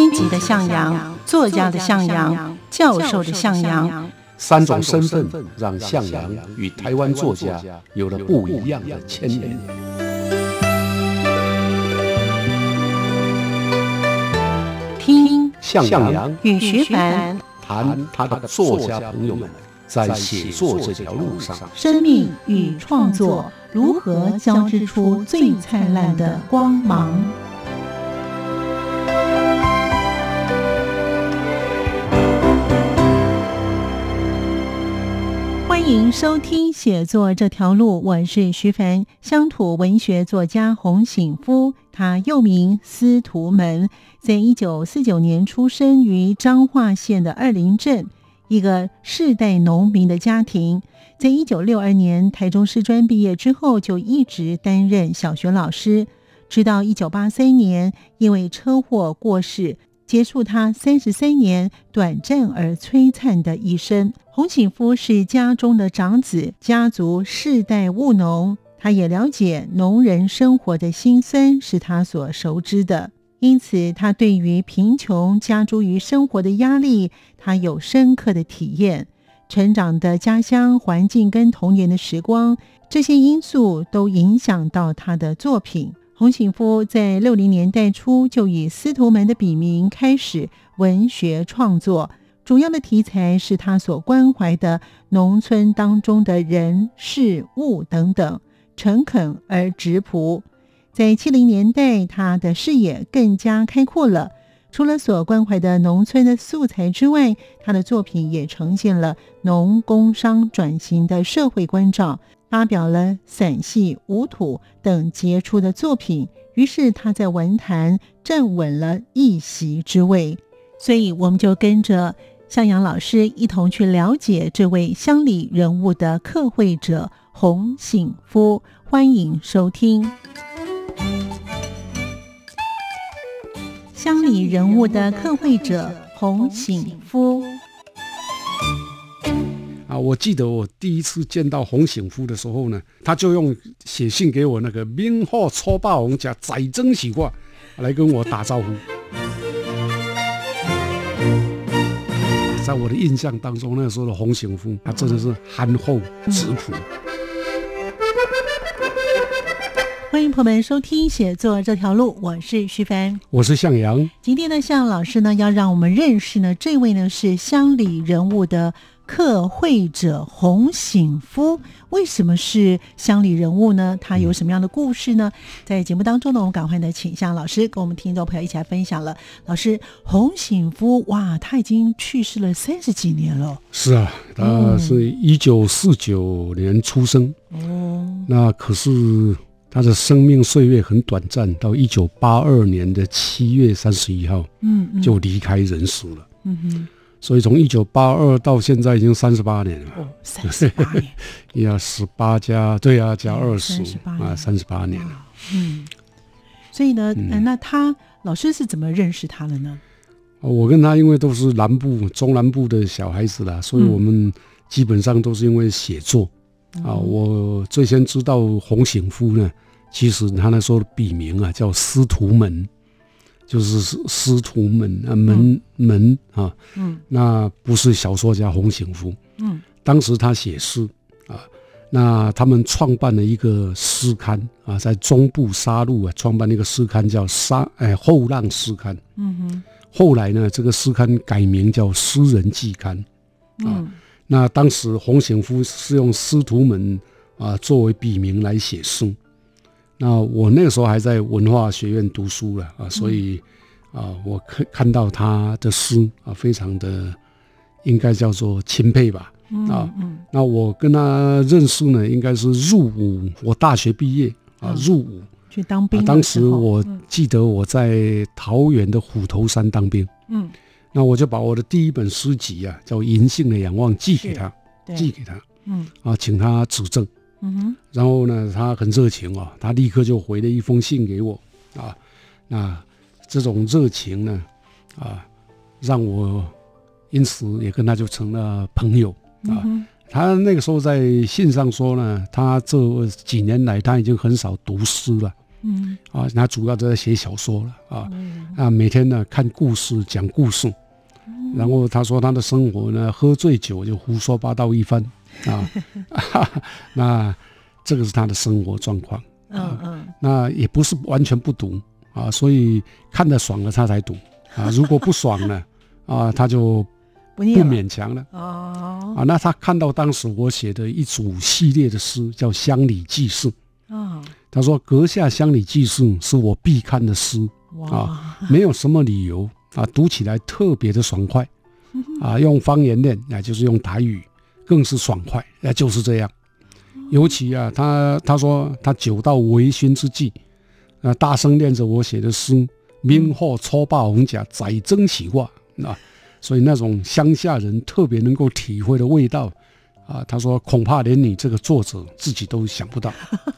编辑的向阳，作家的向阳，教授的向阳 ，3种身份让向阳与台湾作家有了不一样的牵连。 听向阳与徐凡谈他的作家朋友们在写作这条路上， 生命与创作如何交织出最灿烂的光芒。欢迎收听写作这条路，我是徐凡。乡土文学作家洪醒夫，他又名司徒门，在1949年出生于彰化县的二林镇，一个世代农民的家庭。在1962年台中师专毕业之后，就一直担任小学老师，直到1983年因为车祸过世，结束他33年短暂而璀璨的一生。洪醒夫是家中的长子，家族世代务农，他也了解农人生活的辛酸，是他所熟知的。因此他对于贫穷加诸于生活的压力，他有深刻的体验。成长的家乡环境跟童年的时光，这些因素都影响到他的作品。洪醒夫在60年代初就以司徒门的笔名开始文学创作，主要的题材是他所关怀的农村当中的人事物等等，诚恳而质朴。在70年代，他的视野更加开阔了，除了所关怀的农村的素材之外，他的作品也呈现了农工商转型的社会关照，发表了散戏、无土等杰出的作品，于是他在文坛站稳了一席之位。所以我们就跟着向阳老师一同去了解这位乡里人物的刻绘者洪醒夫，欢迎收听乡里人物的刻绘者洪醒夫。 我记得我第一次见到洪醒夫的时候呢，他就用写信给我那个明后初霸王家宰征喜话来跟我打招呼。在我的印象当中，那时候的洪醒夫他真的是憨厚质朴。 欢迎朋友们收听写作这条路，我是徐凡， 我是向阳。 今天的向老师呢，要让我们认识呢，这位呢是乡里人物的刻绘者洪醒夫。为什么是乡里人物呢？他有什么样的故事呢？在节目当中呢，我们赶快的请向老师跟我们听众朋友一起来分享了。老师，洪醒夫，哇，他已经去世了30几年了。 是啊，他是1949年出生。那可是他的生命岁月很短暂，到1982年的7月31号，就离开人世了。所以从1982到现在已经38年了。 38年， 要18加，对啊，加20啊，38年了。 所以呢，那他老师是怎么认识他的呢？ 我跟他因为都是中南部的小孩子啦，所以我们基本上都是因为写作。我最先知道洪醒夫呢，其实他那时候的笔名啊叫司徒门，就是司徒门啊，门啊，那不是小说家洪醒夫。当时他写诗啊，那他们创办了一个诗刊啊，在中部沙鹿啊创办了一个诗刊叫后浪诗刊。后来呢，这个诗刊改名叫诗人季刊啊。那当时洪醒夫是用司徒门作为笔名来写诗。那我那个时候还在文化学院读书了所以我看到他的诗非常的应该叫做钦佩吧。那我跟他认识呢，应该是入伍，我大学毕业入伍去当兵。 当时我记得我在桃园的虎头山当兵。那我就把我的第一本诗集叫《银杏的仰望》寄给他，请他指正。然后呢，他很热情他立刻就回了一封信给我那这种热情呢让我因此也跟他就成了朋友他那个时候在信上说呢，他这几年来他已经很少读诗了他主要都在写小说了每天呢看故事讲故事，然后他说他的生活呢喝醉酒就胡说八道一番那这个是他的生活状况那也不是完全不读所以看得爽了他才读如果不爽了他就不勉强了那他看到当时我写的一组系列的诗叫《乡里记事》他说阁下乡里记事是我必看的诗没有什么理由读起来特别的爽快用方言念就是用台语更是爽快就是这样尤其他说他酒到微醺之际大声念着我写的诗明后初霸红甲宰争喜话所以那种乡下人特别能够体会的味道他说恐怕连你这个作者自己都想不到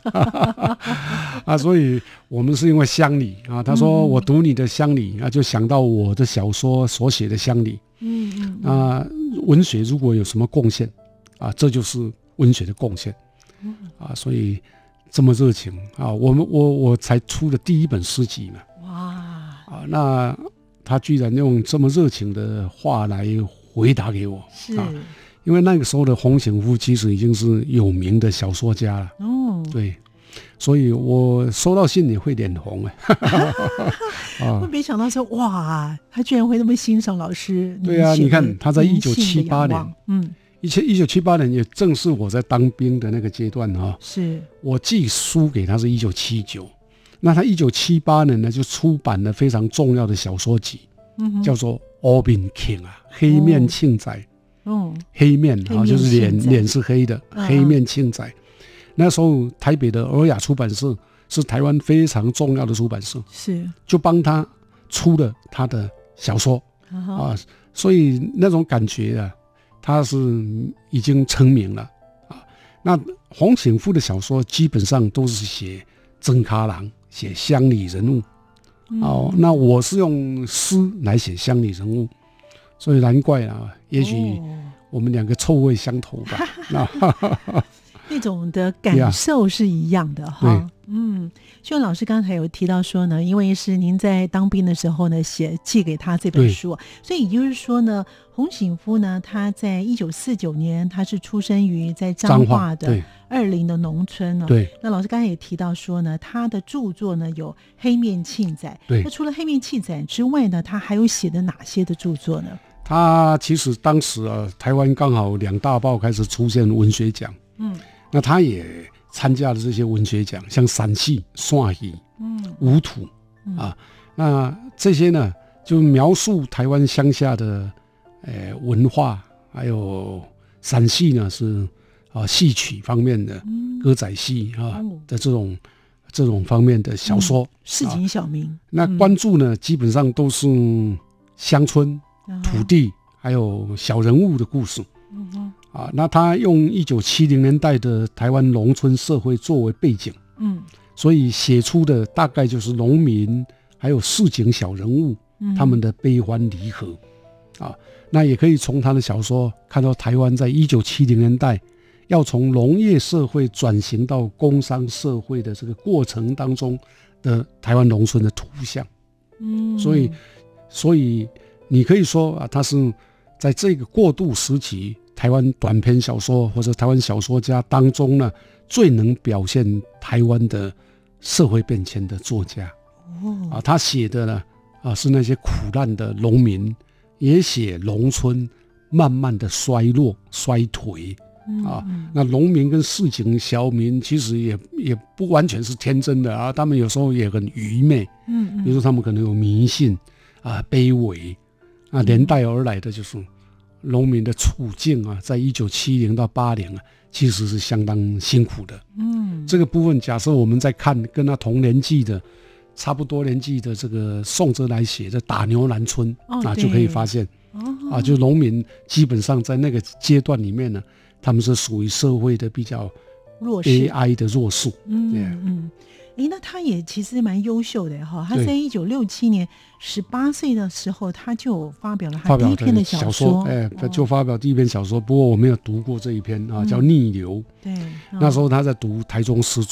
所以我们是因为乡里他说我读你的乡里就想到我的小说所写的乡里文学如果有什么贡献这就是文学的贡献所以这么热情我才出了第一本诗集嘛那他居然用这么热情的话来回答给我是因为那个时候的洪醒夫其实已经是有名的小说家了对，所以我收到信也会脸红我没想到说哇他居然会那么欣赏老师对你看他在1978年1978年也正是我在当兵的那个阶段是我寄书给他是1979那他1978年呢就出版了非常重要的小说集叫做黑面庆黑面庆仔黑面就是脸是黑的黑面庆仔那时候台北的尔雅出版社是台湾非常重要的出版社是就帮他出了他的小说所以那种感觉他是已经成名了那洪醒夫的小说基本上都是写真咖郎写乡里人物那我是用诗来写乡里人物所以难怪也许我们两个臭味相投吧那种的感受是一样的秀文老师刚才有提到说呢因为是您在当兵的时候呢寄给他这本书所以也就是说呢洪醒夫呢他在1949年他是出生于在彰化的二林的农村对那老师刚才也提到说呢他的著作呢有黑面庆仔那除了黑面庆仔之外呢他还有写的哪些的著作呢他其实当时台湾刚好2大报开始出现文学奖那他也参加了这些文学奖像陕戏线戏吴土那这些呢就描述台湾乡下的文化还有陕戏呢是戏曲方面的歌仔戏的这种方面的小说市井小民那关注呢基本上都是乡村土地还有小人物的故事那他用1970年代的台湾农村社会作为背景所以写出的大概就是农民还有市井小人物他们的悲欢离合那也可以从他的小说看到台湾在1970年代要从农业社会转型到工商社会的这个过程当中的台湾农村的图像所以你可以说他是在这个过渡时期台湾短篇小说或者台湾小说家当中呢最能表现台湾的社会变迁的作家他写的呢是那些苦难的农民也写农村慢慢的衰落衰颓那农民跟市井小民其实也不完全是天真的他们有时候也很愚昧比如说他们可能有迷信卑微连带而来的就是农民的处境在1970到80其实是相当辛苦的这个部分假设我们在看跟他同年纪的差不多年纪的这个宋哲来写的打牛栏村就可以发现就农民基本上在那个阶段里面呢他们是属于社会的比较悲哀的弱势那他也其实蛮优秀的他在1967年18岁的时候他就发表了他第一篇的小说就发表第一篇小说不过我没有读过这一篇叫逆流对那时候他在读台中师专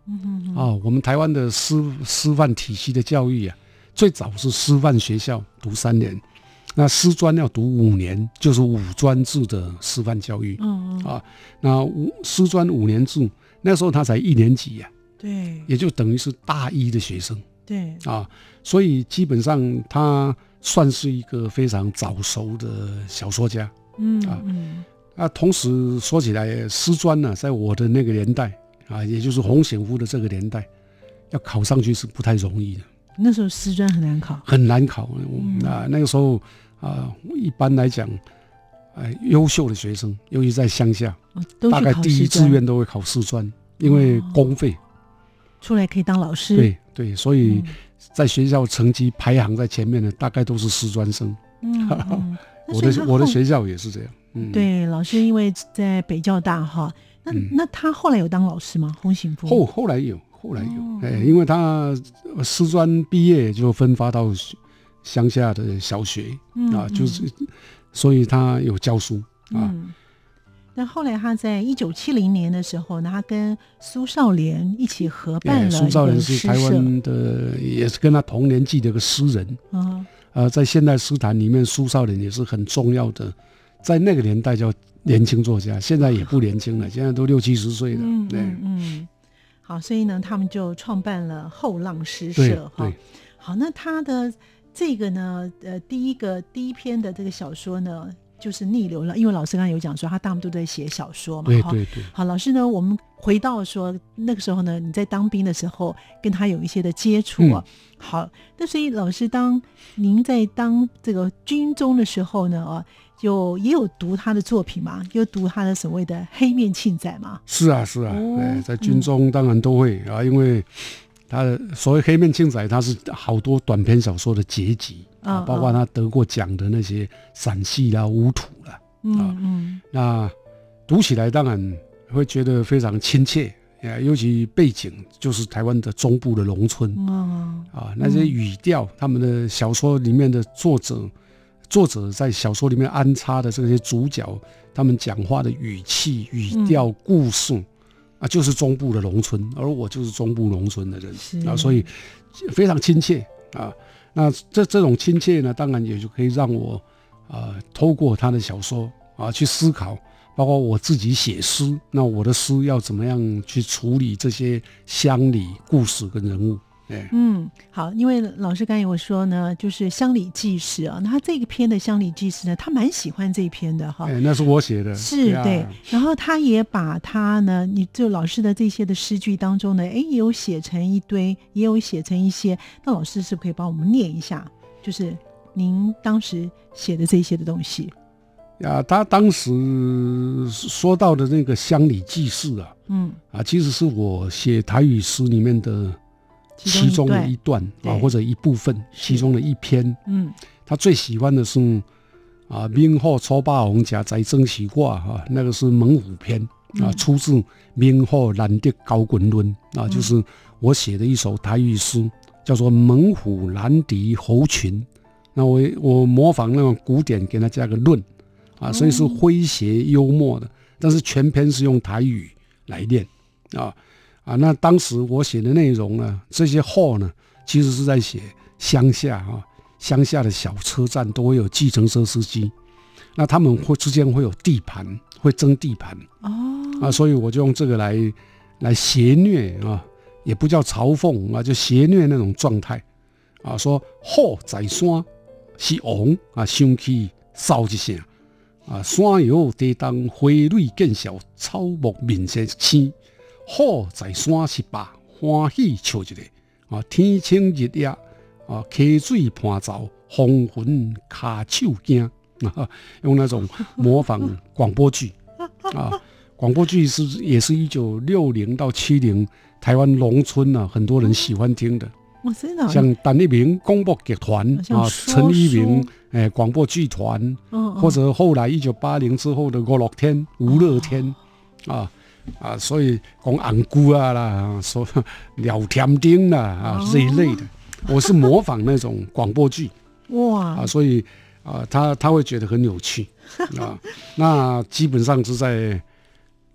我们台湾的师范体系的教育啊，最早是师范学校读3年，那师专要读5年，就是5专制的师范教育。那师专5年制，那时候他才1年级呀， 对， 也就等于是大一的学生。 对所以基本上他算是一个非常早熟的小说家。同时说起来，师专呢，在我的那个年代也就是洪醒夫的这个年代，要考上去是不太容易的。 那时候师专很难考， 很难考。那个时候一般来讲，优秀的学生，尤其在乡下，大概第1志愿都会考师专，因为公费。 出来可以当老师。 对，所以在学校成绩排行在前面的，大概都是师专生。我的学校也是这样。 对，老师因为在北教大那他后来有当老师吗？洪醒夫后来有，因为他师专毕业就分发到乡下的小学就是所以他有教书那后来他在1970年的时候呢，他跟苏少莲一起合办了一个诗社。苏少莲是台湾的，也是跟他同年纪的一个诗人。在现代诗坛里面，苏少莲也是很重要的，在那个年代叫年轻作家，现在也不年轻了，现在都60、70岁了。 好，所以呢，他们就创办了后浪诗社。好，那他的这个呢，第一篇的这个小说呢，就是逆流了，因为老师刚才有讲说他大部分都在写小说嘛。 对。 好，老师呢，我们回到说那个时候呢，你在当兵的时候跟他有一些的接触好，那所以老师当您在当这个军中的时候呢也有读他的作品嘛，有读他的所谓的黑面庆仔嘛。 是啊，在军中当然都会因为他的所谓黑面庆仔，他是好多短篇小说的结集包括他得过奖的那些散戏啦、乌土啦那读起来当然会觉得非常亲切尤其背景就是台湾的中部的农村那些语调，他们的小说里面的作者在小说里面安插的这些主角，他们讲话的语气、语调、故事就是中部的农村，而我就是中部农村的人所以非常亲切那这种亲切呢，当然也就可以让我透过他的小说去思考，包括我自己写诗，那我的诗要怎么样去处理这些乡里故事跟人物。 好，因为老师刚才有说呢，就是乡里纪事那他这个篇的乡里纪事呢，他蛮喜欢这一篇的那是我写的， 是对。然后他也把他呢，你就老师的这些的诗句当中呢，也有写成一堆，也有写成一些。那老师是不是可以帮我们念一下，就是您当时写的这些的东西？ 他当时说到的那个乡里纪事其实是我写台语诗里面的其中的一段或者一部分，其中的一篇。他最喜欢的是明虎初霸王家在争喜卦那个是猛虎篇出自明虎难得高滚论就是我写的一首台语诗，叫做猛虎难敌猴群。那我模仿那种古典，给他加个论所以是诙谐幽默的，但是全篇是用台语来念那当时我写的内容呢，这些话呢，其实是在写乡下的小车站都会有计程车司机，那他们之间会有地盘，会争地盘所以我就用这个来邪虐也不叫嘲讽就邪虐那种状态说虎在山是王生气扫一下山摇地动花蕊见小草木面色青，虎在山是霸欢喜笑一个天清日夜溪水盘走风云卡手惊用那种模仿广播剧广播剧也是1960到70台湾农村很多人喜欢听的像陈一鸣广播剧团陈一鸣广播剧团或者后来1980之后的五乐天所以讲红姑啦说聊天丁啦这一类的我是模仿那种广播剧所以他会觉得很有趣那基本上是在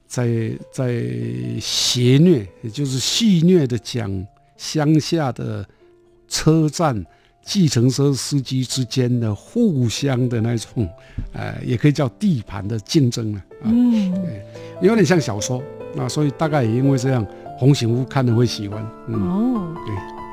在邪虐，也就是戏谑的讲乡下的车站计程车司机之间的互相的那种，也可以叫地盘的竞争了啊。有点像小说啊，所以大概也因为这样，洪醒夫看了会喜欢。对。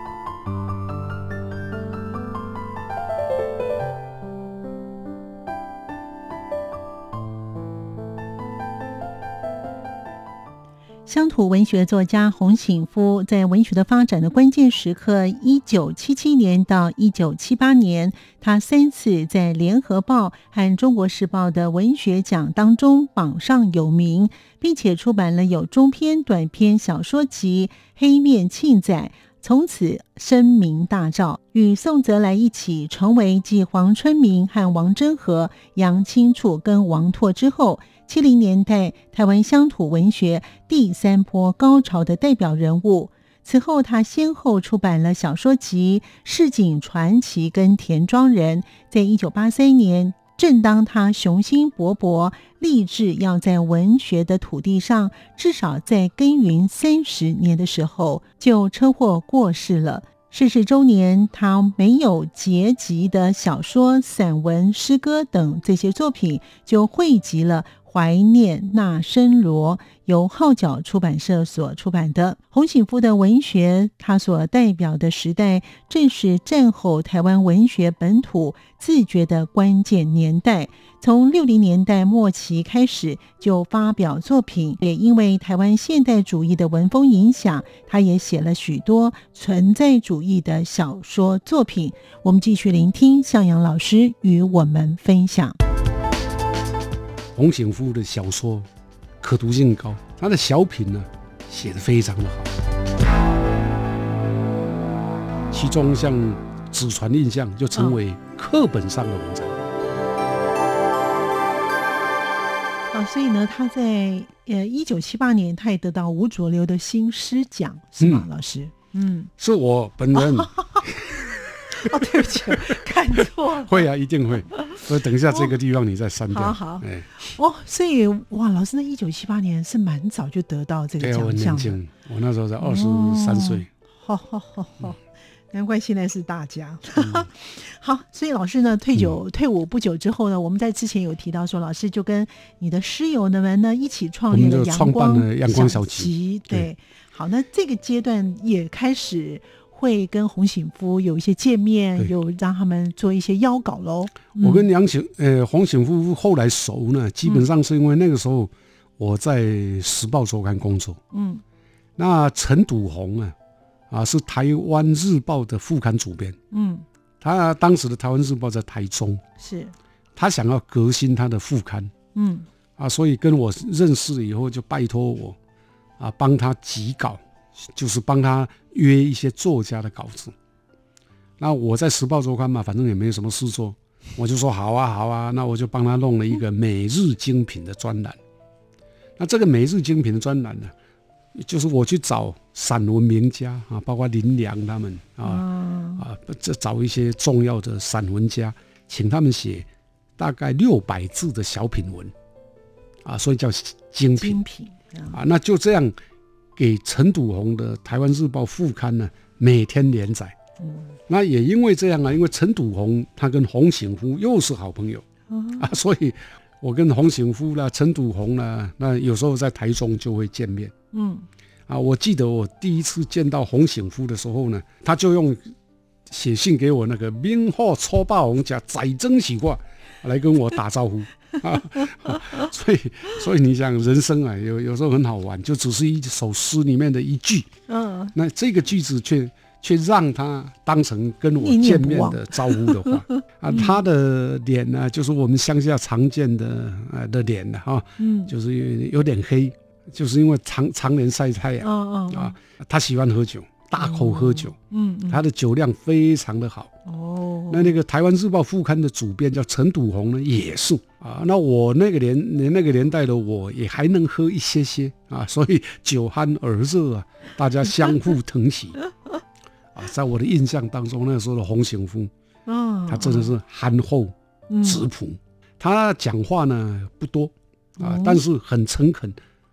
乡土文学作家洪醒夫在文学的发展的关键时刻，1977年到1978年，他3次在联合报和中国时报的文学奖当中榜上有名，并且出版了有中篇、短篇小说集《黑面庆仔》，从此声名大噪，与宋泽来一起成为继黄春明和王真和、杨清楚跟王拓之后70年代台湾乡土文学第3波高潮的代表人物。此后他先后出版了小说集《市井传奇》跟《田庄人》。在1983年，正当他雄心勃勃，立志要在文学的土地上至少再耕耘30年的时候，就车祸过世了。逝世周年，他没有结集的小说、散文、诗歌等这些作品就汇集了怀念那森罗，由号角出版社所出版的。洪醒夫的文学，他所代表的时代正是战后台湾文学本土自觉的关键年代。从60年代末期开始就发表作品，也因为台湾现代主义的文风影响，他也写了许多存在主义的小说作品。我们继续聆听向阳老师与我们分享。 洪醒夫的小说可读性高，他的小品呢写得非常的好，其中像《纸船印象》就成为课本上的文章。 所以呢，他在1978年，他也得到吴浊流的新诗奖，是吗，老师？ 是我本人。 对不起，看错了。 会啊，一定会。所以等一下这个地方你再删掉。 好。所以哇，老师那1978年是蛮早就得到这个奖项的。 对，我年轻，我那时候才23岁。 好，难怪现在是大家。好，所以老师呢退伍不久之后呢，我们在之前有提到说，老师就跟你的师友们呢一起创立了阳光小集。 对，好，那这个阶段也开始会跟洪醒夫有一些见面，有让他们做一些邀稿喽。 我跟洪醒夫后来熟呢，基本上是因为那个时候我在《时报周刊》工作。那陈笃宏是台湾日报的副刊主编。他当时的台湾日报在台中，是他想要革新他的副刊。所以跟我认识了以后，就拜托我帮他集稿，就是帮他约一些作家的稿子。那我在《时报周刊》嘛，反正也没有什么事做，我就说好啊，那我就帮他弄了一个每日精品的专栏。那这个每日精品的专栏呢，就是我去找散文名家包括林良他们这找一些重要的散文家，请他们写大概600字的小品文所以叫精品那就这样给陈笃宏的台湾日报副刊呢每天连载。那也因为这样因为陈笃宏他跟洪醒夫又是好朋友所以我跟洪醒夫啦、陈笃宏啦，那有时候在台中就会见面。我记得我第一次见到洪醒夫的时候呢，他就用写信给我那个明后初霸王家宰征喜话来跟我打招呼所以你想人生有时候很好玩，就只是一首诗里面的一句，那这个句子却让他当成跟我见面的招呼的话他的脸呢，就是我们乡下常见的脸就是有点黑，就是因为常年晒太阳他喜欢喝酒，大口喝酒，他的酒量非常的好。那个台湾日报副刊的主编叫陈笃宏呢，也是那我那个年代的我也还能喝一些所以酒酣耳热大家相互疼惜在我的印象当中，那时候的洪醒夫他真的是憨厚质朴，他讲话呢不多但是很诚恳，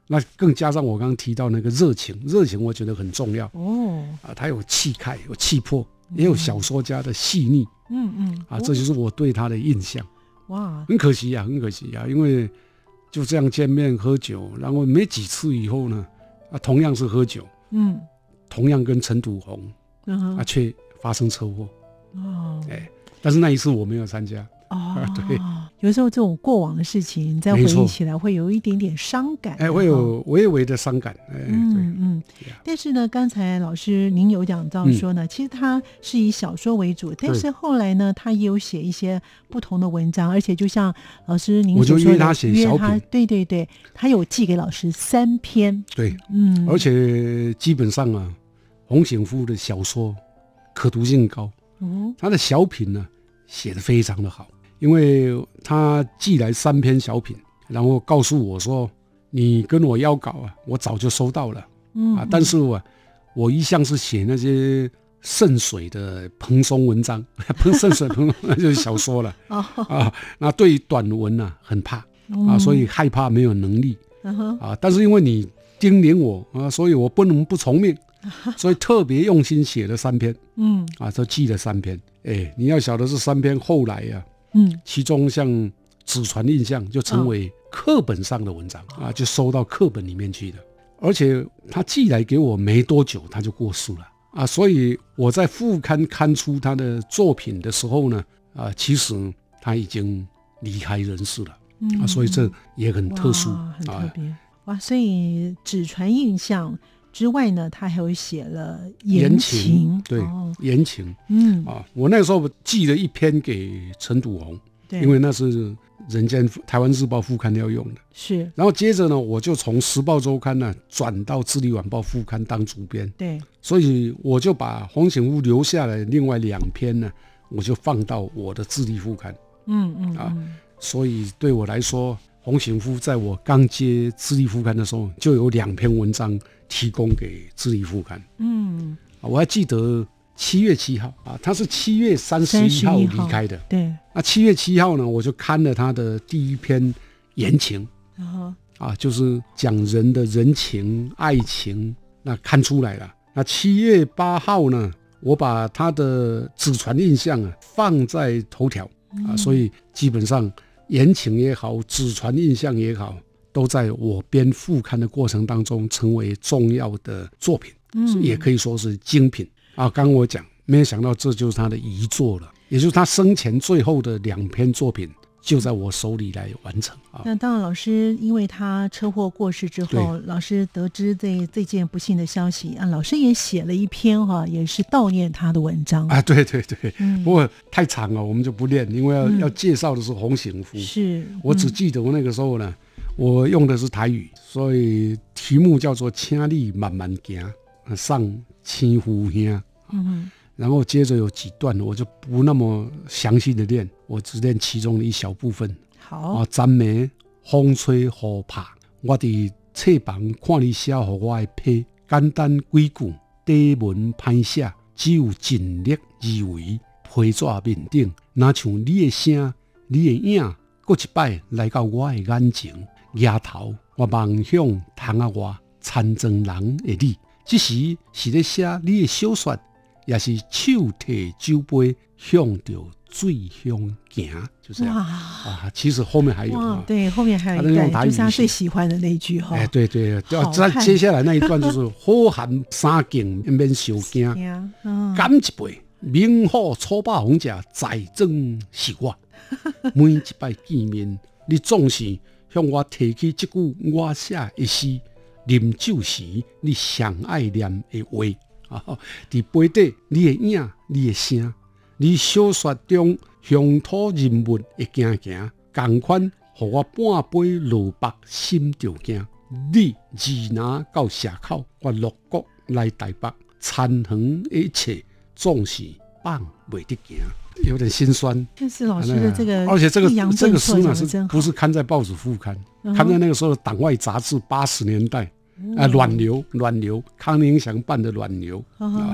那更加上我刚刚提到那个热情，我觉得很重要他有气概，有气魄，也有小说家的细腻，这就是我对他的印象。哇，很可惜啊，因为就这样见面喝酒，然后没几次以后呢，同样是喝酒，同样跟陈笃宏，却发生车祸。但是那一次我没有参加。对， 有时候这种过往的事情再回忆起来会有一点点伤感， 会有微微的伤感。 但是呢，刚才老师您有讲到说呢，其实他是以小说为主，但是后来呢，他也有写一些不同的文章，而且就像老师您所说的， 我就约他写小品， 对，他有寄给老师3篇， 对，而且基本上啊，洪醒夫的小说可读性高，他的小品呢写得非常的好。因为他寄来3篇小品，然后告诉我说：“你跟我要稿啊，我早就收到了。但是我一向是写那些渗水的蓬松文章，渗水蓬松那就是小说了那对于短文啊很怕所以害怕没有能力但是因为你叮咛我所以我不能不从命，所以特别用心写了3篇，就寄了3篇。你要晓得这3篇后来其中像《纸船印象》就成为课本上的文章就收到课本里面去的。而且他寄来给我没多久他就过世了所以我在副刊刊出他的作品的时候呢其实他已经离开人世了所以这也很特殊， 很特别所以《纸船印象》之外呢，他还有写了言情， 对，言情，我那时候寄了1篇给陈笃宏，因为那是人间台湾日报副刊要用的， 是。 然后接着呢，我就从时报周刊呢转到智利晚报副刊当主编， 对， 所以我就把洪醒夫留下来另外2篇呢，我就放到我的智利副刊，所以对我来说，洪醒夫在我刚接智利副刊的时候，就有2篇文章提供给智利副刊。我还记得7月7号他是7月31号离开的。 对， 那7月7号呢，我就看了他的第1篇言情，就是讲人的人情爱情，那看出来了。那7月8号呢，我把他的纸船印象放在头条所以基本上言情也好，纸船印象也好，都在我编副刊的过程当中成为重要的作品，也可以说是精品刚我讲，没想到这就是他的遗作了，也就是他生前最后的2篇作品就在我手里来完成那当然老师因为他车祸过世之后，老师得知这件不幸的消息老师也写了1篇也是悼念他的文章对，不过太长了，我们就不念，因为要介绍的是洪醒夫， 是我只记得我那个时候呢，我用的是台语，所以题目叫做请你慢慢行上青夫兄然后接着有几段我就不那么详细的念，我只念其中的一小部分。 好昨暝风吹雨拍，我伫册房看你写给我的批，简单几句底文歹写，只有尽力而为，批纸面顶哪像你的声你的影搁一摆来到我的眼前，额头我望向窗仔外参庄人的你，这时是咧写你的小说，也是手提酒杯向着水乡行，就这样其实后面还有对，后面还有一段就是他最喜欢的那一句对，接下来那一段就是好汉三更免受惊，干一杯明火初把红茶再装是我，每一摆见面你总是向我提起这句我写的诗，饮酒时你上爱念的话在杯底你的影你的声，你小说中乡土人物的行行，同款让我半杯落白心就惊。你自拿到社口，我落国来台北，残横一切总是放袂得行，有点心酸。 但是老师的这个， 而且这个书呢不是刊在报纸副刊，刊在那个时候的党外杂志80年代。暖流，康宁祥办的暖流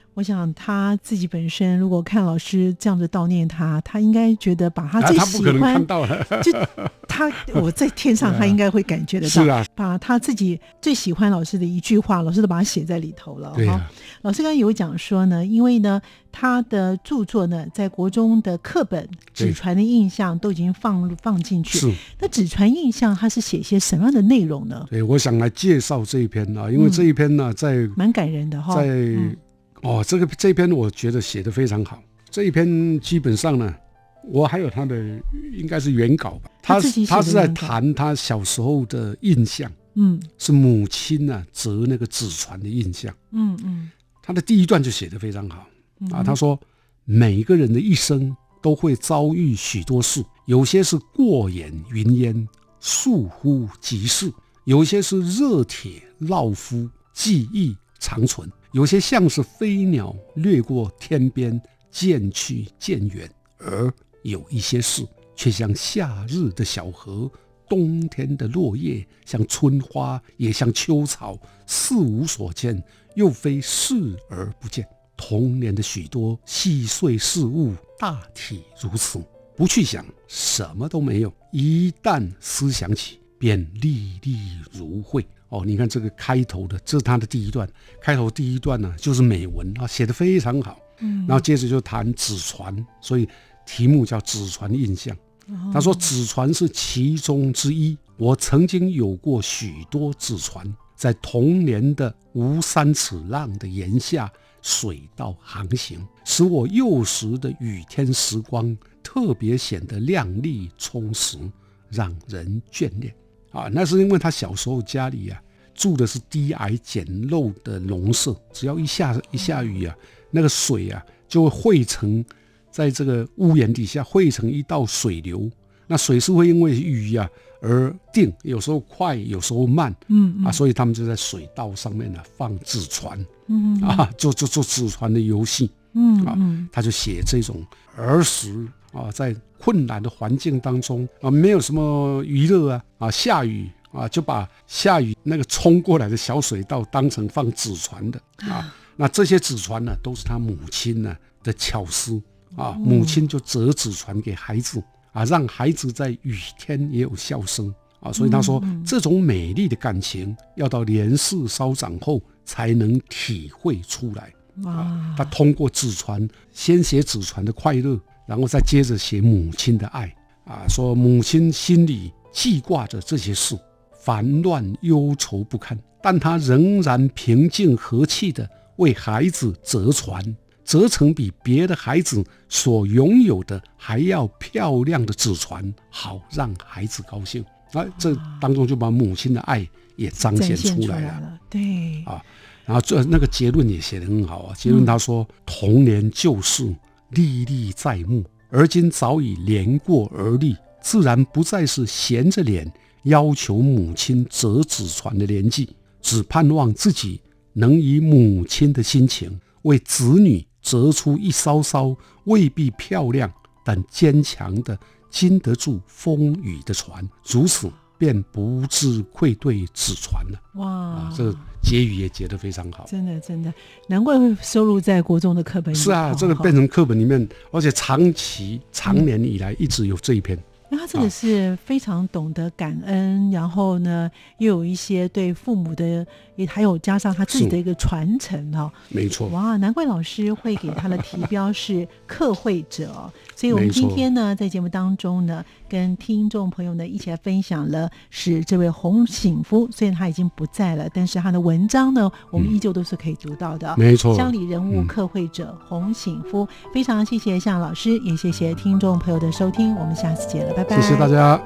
我想他自己本身如果看老师这样子悼念他，他应该觉得把他最喜欢， 他不可能看到了就我在天上他应该会感觉得到， 是啊， 把他自己最喜欢老师的一句话，老师都把它写在里头了。 对啊， 老师刚才有讲说呢，因为呢他的著作呢在国中的课本纸传的印象都已经放进去， 是。那纸传印象他是写些什么样的内容呢？ 对，我想来介绍这一篇啊，因为这一篇呢， 蛮感人的哈， 这一篇我觉得写得非常好。这一篇基本上呢，我还有他的应该是原稿吧，他是在谈他小时候的印象，是母亲啊折那个纸船的印象，他的第一段就写得非常好啊，他说每一个人的一生都会遭遇许多事，有些是过眼云烟，倏忽即逝，有些是热铁烙肤，记忆长存，有些像是飞鸟掠过天边，渐去渐远，而有一些事却像夏日的小河，冬天的落叶，像春花也像秋草，似无所见，又非视而不见。童年的许多细碎事物大体如此，不去想什么都没有，一旦思想起便历历如绘。你看这个开头的，这是他的第一段，开头第一段呢就是美文啊，写得非常好。然后接着就谈纸船，所以题目叫纸船印象。他说纸船是其中之一，我曾经有过许多纸船，在童年的无3尺浪的檐下水道航行，使我幼时的雨天时光特别显得亮丽充实，让人眷恋啊。那是因为他小时候家里啊住的是低矮简陋的农舍，只要一下雨啊，那个水啊就会汇成在这个屋檐底下，汇成一道水流。那水是会因为雨啊而定，有时候快，有时候慢，所以他们就在水道上面呢放纸船，做纸船的游戏，他就写这种儿时啊，在困难的环境当中啊，没有什么娱乐下雨就把下雨那个冲过来的小水道当成放纸船的那这些纸船呢，都是他母亲呢的巧思母亲就折纸船给孩子让孩子在雨天也有笑声所以他说这种美丽的感情要到年事稍长后才能体会出来他通过纸船先写纸船的快乐，然后再接着写母亲的爱说母亲心里记挂着这些事，烦乱忧愁不堪，但她仍然平静和气地为孩子折船，折成比别的孩子所拥有的还要漂亮的纸船，好让孩子高兴这当中就把母亲的爱也彰显出来了。 对然后那个结论也写得很好结论他说童年旧事历历在目，而今早已年过而立，自然不再是闲着脸要求母亲折纸船的年纪，只盼望自己能以母亲的心情为子女折出一艘艘未必漂亮但坚强的经得住风雨的船，如此便不致愧对纸船了。哇，这个结语也结得非常好， 真的难怪会收录在国中的课本里。 是这个变成课本里面，而且长年以来一直有这一篇。 那他这个是非常懂得感恩，然后呢又有一些对父母的，也还有加上他自己的一个传承没错。 哇，难怪老师会给他的题标是刻绘者所以我们今天呢在节目当中呢跟听众朋友呢一起来分享了是这位洪醒夫，虽然他已经不在了，但是他的文章呢我们依旧都是可以读到的没错。 乡里人物刻绘者洪醒夫，非常谢谢向老师，也谢谢听众朋友的收听，我们下次见了，拜拜。 谢谢大家。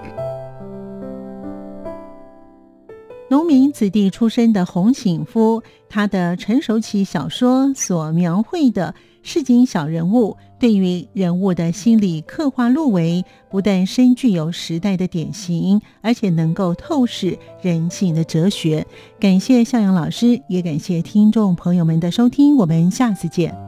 农民子弟出身的洪醒夫，他的成熟期小说所描绘的市井小人物，对于人物的心理刻画入微，不但深具有时代的典型，而且能够透视人性的哲学。感谢向阳老师，也感谢听众朋友们的收听，我们下次见。